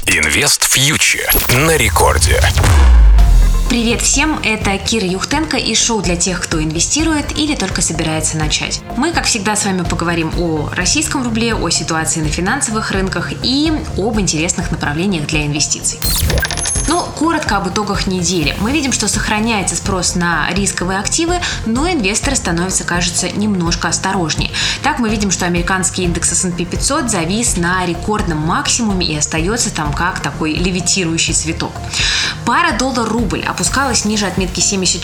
Инвест Фьючер на рекорде. Привет всем, это Кира Юхтенко и шоу для тех, кто инвестирует или только собирается начать. Мы, как всегда, с вами поговорим о российском рубле, о ситуации на финансовых рынках и об интересных направлениях для инвестиций. Коротко об итогах недели. Мы видим, что сохраняется спрос на рисковые активы, но инвесторы становятся, кажется, немножко осторожнее. Так мы видим, что американский индекс S&P 500 завис на рекордном максимуме и остается там как такой левитирующий цветок. Пара доллар-рубль опускалась ниже отметки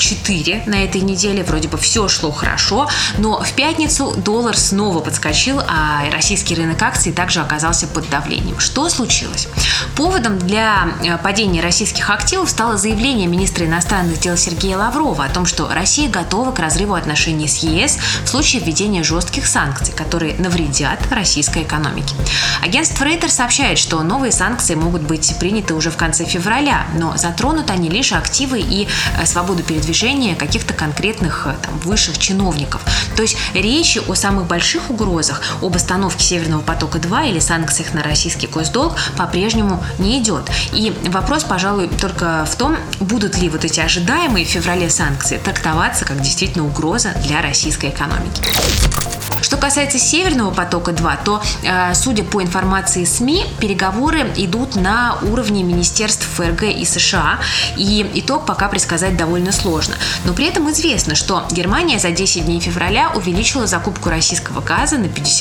74 на этой неделе. Вроде бы все шло хорошо, но в пятницу доллар снова подскочил, а российский рынок акций также оказался под давлением. Что случилось? Поводом для падения российских активов стало заявление министра иностранных дел Сергея Лаврова о том, что Россия готова к разрыву отношений с ЕС в случае введения жестких санкций, которые навредят российской экономике. Агентство Reuters сообщает, что новые санкции могут быть приняты уже в конце февраля, но затронут они лишь активы и свободу передвижения каких-то конкретных высших чиновников. То есть речи о самых больших угрозах, об остановке Северного потока-2 или санкциях на российский госдолг по-прежнему не идет. И вопрос, пожалуй, только в том, будут ли вот эти ожидаемые в феврале санкции трактоваться как действительно угроза для российской экономики. Что касается Северного потока-2, то, судя по информации СМИ, переговоры идут на уровне министерств ФРГ и США, и итог пока предсказать довольно сложно. Но при этом известно, что Германия за 10 дней февраля увеличила закупку российского газа на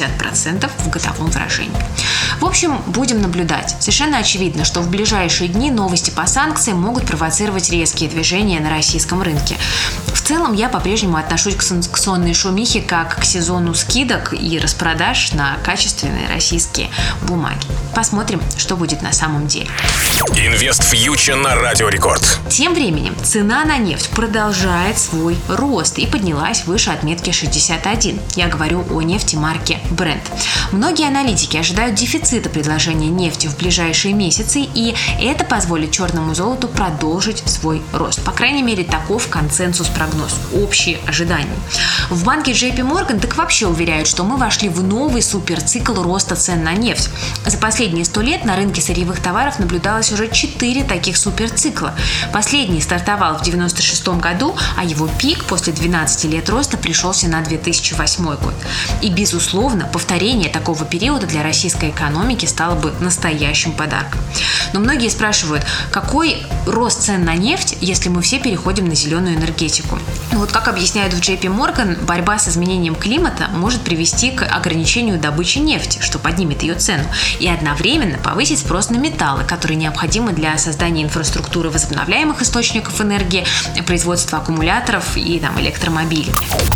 50% в годовом выражении. В общем, будем наблюдать. Совершенно очевидно, что в ближайшие дни новости по санкциям могут провоцировать резкие движения на российском рынке. В целом, я по-прежнему отношусь к санкционной шумихе как к сезону скидок и распродаж на качественные российские бумаги. Посмотрим, что будет на самом деле. Инвест Фьючер на Радио Рекорд. Тем временем цена на нефть продолжает свой рост и поднялась выше отметки 61. Я говорю о нефти марки Brent. Многие аналитики ожидают дефицита предложения нефти в ближайшие месяцы, и это позволит черному золоту продолжить свой рост. По крайней мере, таков консенсус-прогноз, общие ожидания. В банке JP Morgan так вообще уверяют, что мы вошли в новый суперцикл роста цен на нефть. За последние 100 лет на рынке сырьевых товаров наблюдалось уже 4 таких суперцикла. Последний стартовал в 1996 году, а его пик после 12 лет роста пришелся на 2008 год. И, безусловно, повторение такого периода для российской экономики стало бы настоящим подарком. Но многие спрашивают, какой рост цен на нефть, если мы все переходим на зеленую энергетику? Как объясняют в JP Morgan, борьба с изменением климата может привести к ограничению добычи нефти, что поднимет ее цену, и одновременно повысить спрос на металлы, которые необходимы для создания инфраструктуры возобновляемых источников энергии, производства аккумуляторов и электромобилей.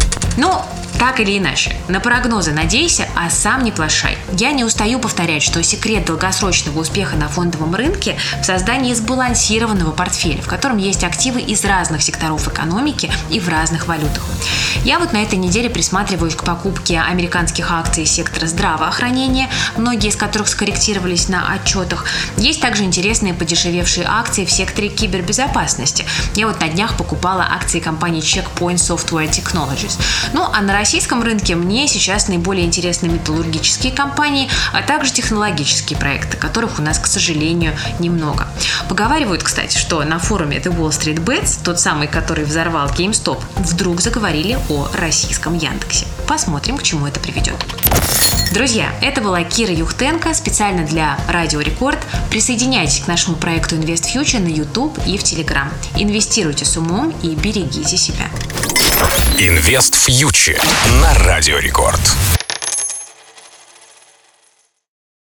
Так или иначе, на прогнозы надейся, а сам не плашай. Я не устаю повторять, что секрет долгосрочного успеха на фондовом рынке в создании сбалансированного портфеля, в котором есть активы из разных секторов экономики и в разных валютах. Я на этой неделе присматриваюсь к покупке американских акций сектора здравоохранения, многие из которых скорректировались на отчетах. Есть также интересные подешевевшие акции в секторе кибербезопасности. Я на днях покупала акции компании Checkpoint Software Technologies. А на российском рынке мне сейчас наиболее интересны металлургические компании, а также технологические проекты, которых у нас, к сожалению, немного. Поговаривают, кстати, что на форуме The Wall Street Bets, тот самый, который взорвал GameStop, вдруг заговорили о российском Яндексе. Посмотрим, к чему это приведет. Друзья, это была Кира Юхтенко специально для Радио Рекорд. Присоединяйтесь к нашему проекту Инвест Фьючер на YouTube и в Telegram. Инвестируйте с умом и берегите себя. Инвест Фьючер на Радио Рекорд.